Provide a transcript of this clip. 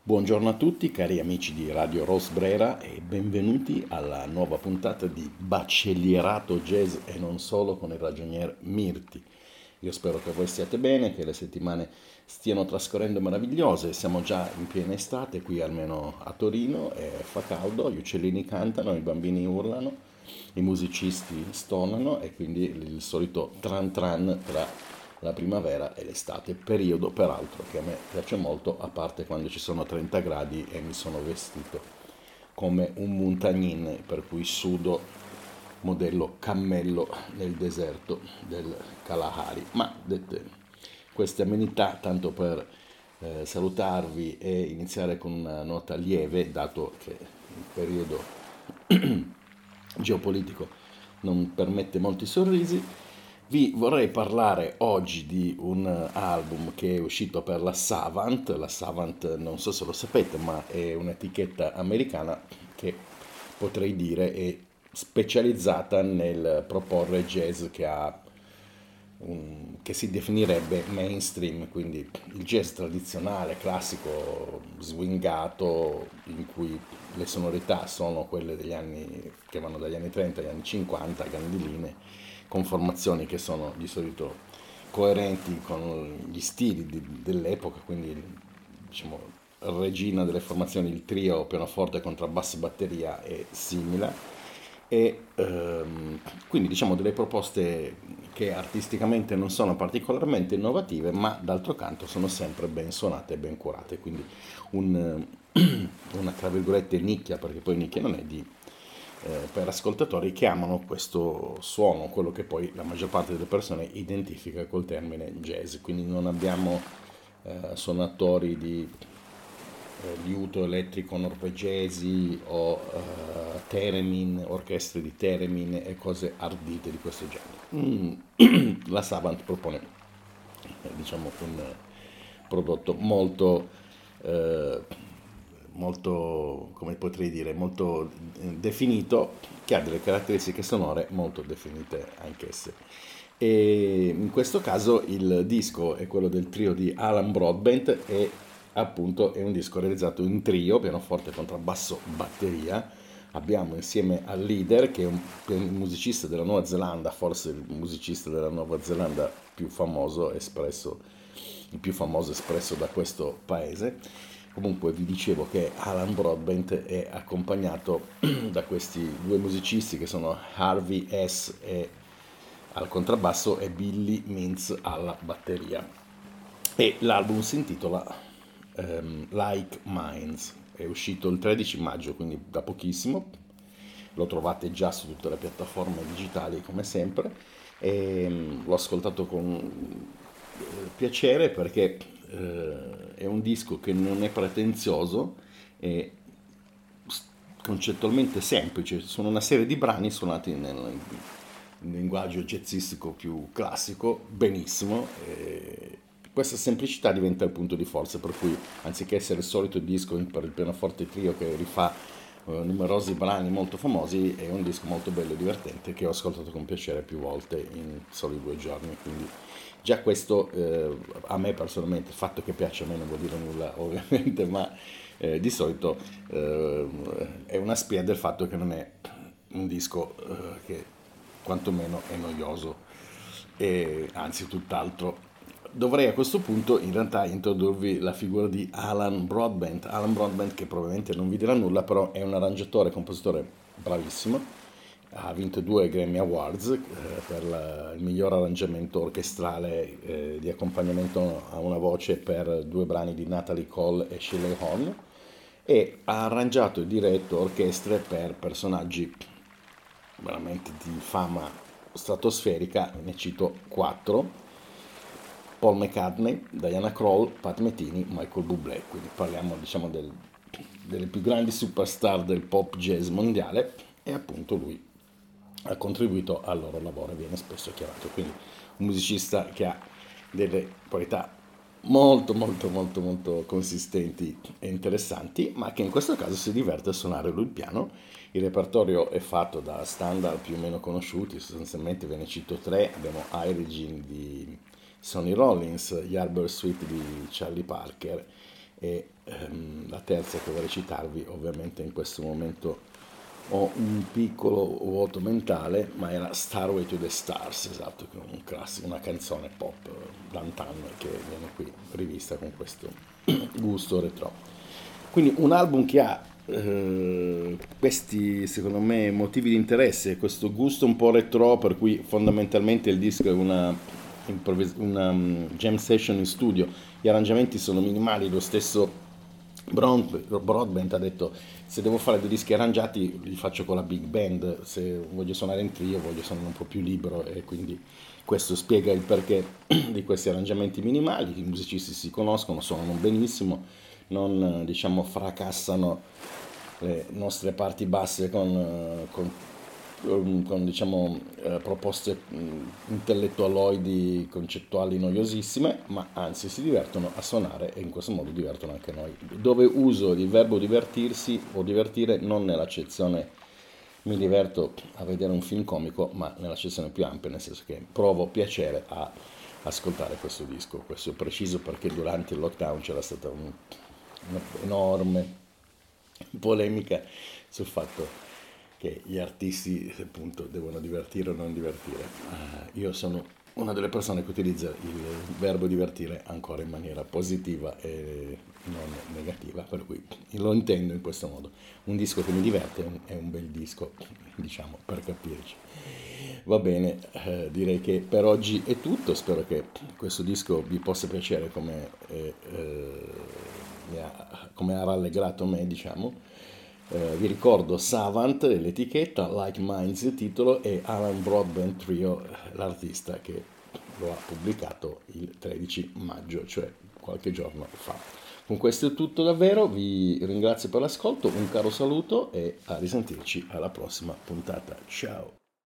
Buongiorno a tutti cari amici di Radio Rosbrera e benvenuti alla nuova puntata di Baccellierato Jazz e non solo con il ragionier Mirti. Io spero che voi stiate bene, che le settimane stiano trascorrendo meravigliose, siamo già in piena estate qui almeno a Torino e fa caldo, gli uccellini cantano, i bambini urlano, i musicisti stonano e quindi il solito tran tran tra la primavera e l'estate, periodo peraltro che a me piace molto, a parte quando ci sono 30 gradi e mi sono vestito come un montagnin, per cui sudo modello cammello nel deserto del Kalahari. Ma dette queste amenità, tanto per salutarvi e iniziare con una nota lieve, dato che il periodo geopolitico non permette molti sorrisi, vi vorrei parlare oggi di un album che è uscito per la Savant. La Savant, non so se lo sapete, ma è un'etichetta americana che potrei dire è specializzata nel proporre jazz che si definirebbe mainstream, quindi il jazz tradizionale, classico, swingato, in cui le sonorità sono quelle degli anni che vanno dagli anni 30 agli anni 50, grandi linee, con formazioni che sono di solito coerenti con gli stili dell'epoca, quindi diciamo regina delle formazioni il trio pianoforte, contrabbasso e batteria è simile e quindi diciamo delle proposte che artisticamente non sono particolarmente innovative, ma d'altro canto sono sempre ben suonate e ben curate, quindi un, una tra virgolette nicchia, perché poi nicchia non è per ascoltatori che amano questo suono, quello che poi la maggior parte delle persone identifica col termine jazz, quindi non abbiamo suonatori di liuto elettrico norvegesi o theremin, orchestre di theremin e cose ardite di questo genere. La Savant propone diciamo un prodotto eh, molto, come potrei dire, molto definito, che ha delle caratteristiche sonore molto definite anch'esse. E in questo caso il disco è quello del trio di Alan Broadbent e appunto è un disco realizzato in trio, pianoforte, contrabbasso, batteria. Abbiamo insieme al leader, che è un musicista della Nuova Zelanda, forse il musicista della Nuova Zelanda più famoso, il più famoso espresso da questo paese. Comunque vi dicevo che Alan Broadbent è accompagnato da questi due musicisti che sono Harvey S. al contrabbasso e Billy Mintz alla batteria. E l'album si intitola Like Minds, è uscito il 13 maggio, quindi da pochissimo, lo trovate già su tutte le piattaforme digitali come sempre e l'ho ascoltato con piacere perché è un disco che non è pretenzioso, è concettualmente semplice, sono una serie di brani suonati nel linguaggio jazzistico più classico, benissimo. Questa semplicità diventa il punto di forza, per cui anziché essere il solito disco per il pianoforte trio che rifà numerosi brani molto famosi, è un disco molto bello e divertente che ho ascoltato con piacere più volte in soli 2 giorni. Quindi già questo a me personalmente, il fatto che piace a me non vuol dire nulla ovviamente, ma di solito è una spia del fatto che non è un disco che quantomeno è noioso, e anzi tutt'altro. Dovrei a questo punto in realtà introdurvi la figura di Alan Broadbent. Alan Broadbent, che probabilmente non vi dirà nulla, però è un arrangiatore e compositore bravissimo. Ha vinto 2 Grammy Awards per il miglior arrangiamento orchestrale di accompagnamento a una voce per 2 brani di Natalie Cole e Shirley Horn, e ha arrangiato e diretto orchestre per personaggi veramente di fama stratosferica. Ne cito 4: Paul McCartney, Diana Krall, Pat Metheny, Michael Bublé. Quindi parliamo diciamo delle più grandi superstar del pop jazz mondiale, e appunto lui ha contribuito al loro lavoro e viene spesso chiamato. Quindi un musicista che ha delle qualità molto molto molto molto consistenti e interessanti, ma che in questo caso si diverte a suonare lui il piano. Il repertorio è fatto da standard più o meno conosciuti, sostanzialmente ve ne cito 3: abbiamo Origin di Sonny Rollins, Yardbird Suite di Charlie Parker e la la terza che vorrei citarvi, ovviamente in questo momento ho un piccolo vuoto mentale, ma era Starway to the Stars, esatto, che è un classico, una canzone pop d'antanno che viene qui rivista con questo gusto retro. Quindi un album che ha questi, secondo me, motivi di interesse, questo gusto un po' retro, per cui fondamentalmente il disco è una jam session in studio, gli arrangiamenti sono minimali, lo stesso Broadbent ha detto se devo fare dei dischi arrangiati li faccio con la big band, se voglio suonare in trio voglio suonare un po' più libero e quindi questo spiega il perché di questi arrangiamenti minimali, i musicisti si conoscono, suonano benissimo, non diciamo fracassano le nostre parti basse con, diciamo, proposte intellettualoidi concettuali noiosissime, ma anzi si divertono a suonare e in questo modo divertono anche noi. Dove uso il verbo divertirsi o divertire non nell'accezione mi diverto a vedere un film comico, ma nell'accezione più ampia, nel senso che provo piacere a ascoltare questo disco. Questo è preciso perché durante il lockdown c'era stata un'enorme polemica sul fatto che gli artisti appunto devono divertire o non divertire. Io sono una delle persone che utilizza il verbo divertire ancora in maniera positiva e non negativa, per cui lo intendo in questo modo. Un disco che mi diverte è un bel disco, diciamo, per capirci. Va bene, direi che per oggi è tutto, spero che questo disco vi possa piacere come ha rallegrato me, diciamo. Vi ricordo Savant, l'etichetta, Like Minds il titolo e Alan Broadbent Trio, l'artista che lo ha pubblicato il 13 maggio, cioè qualche giorno fa. Con questo è tutto davvero, vi ringrazio per l'ascolto, un caro saluto e a risentirci alla prossima puntata. Ciao!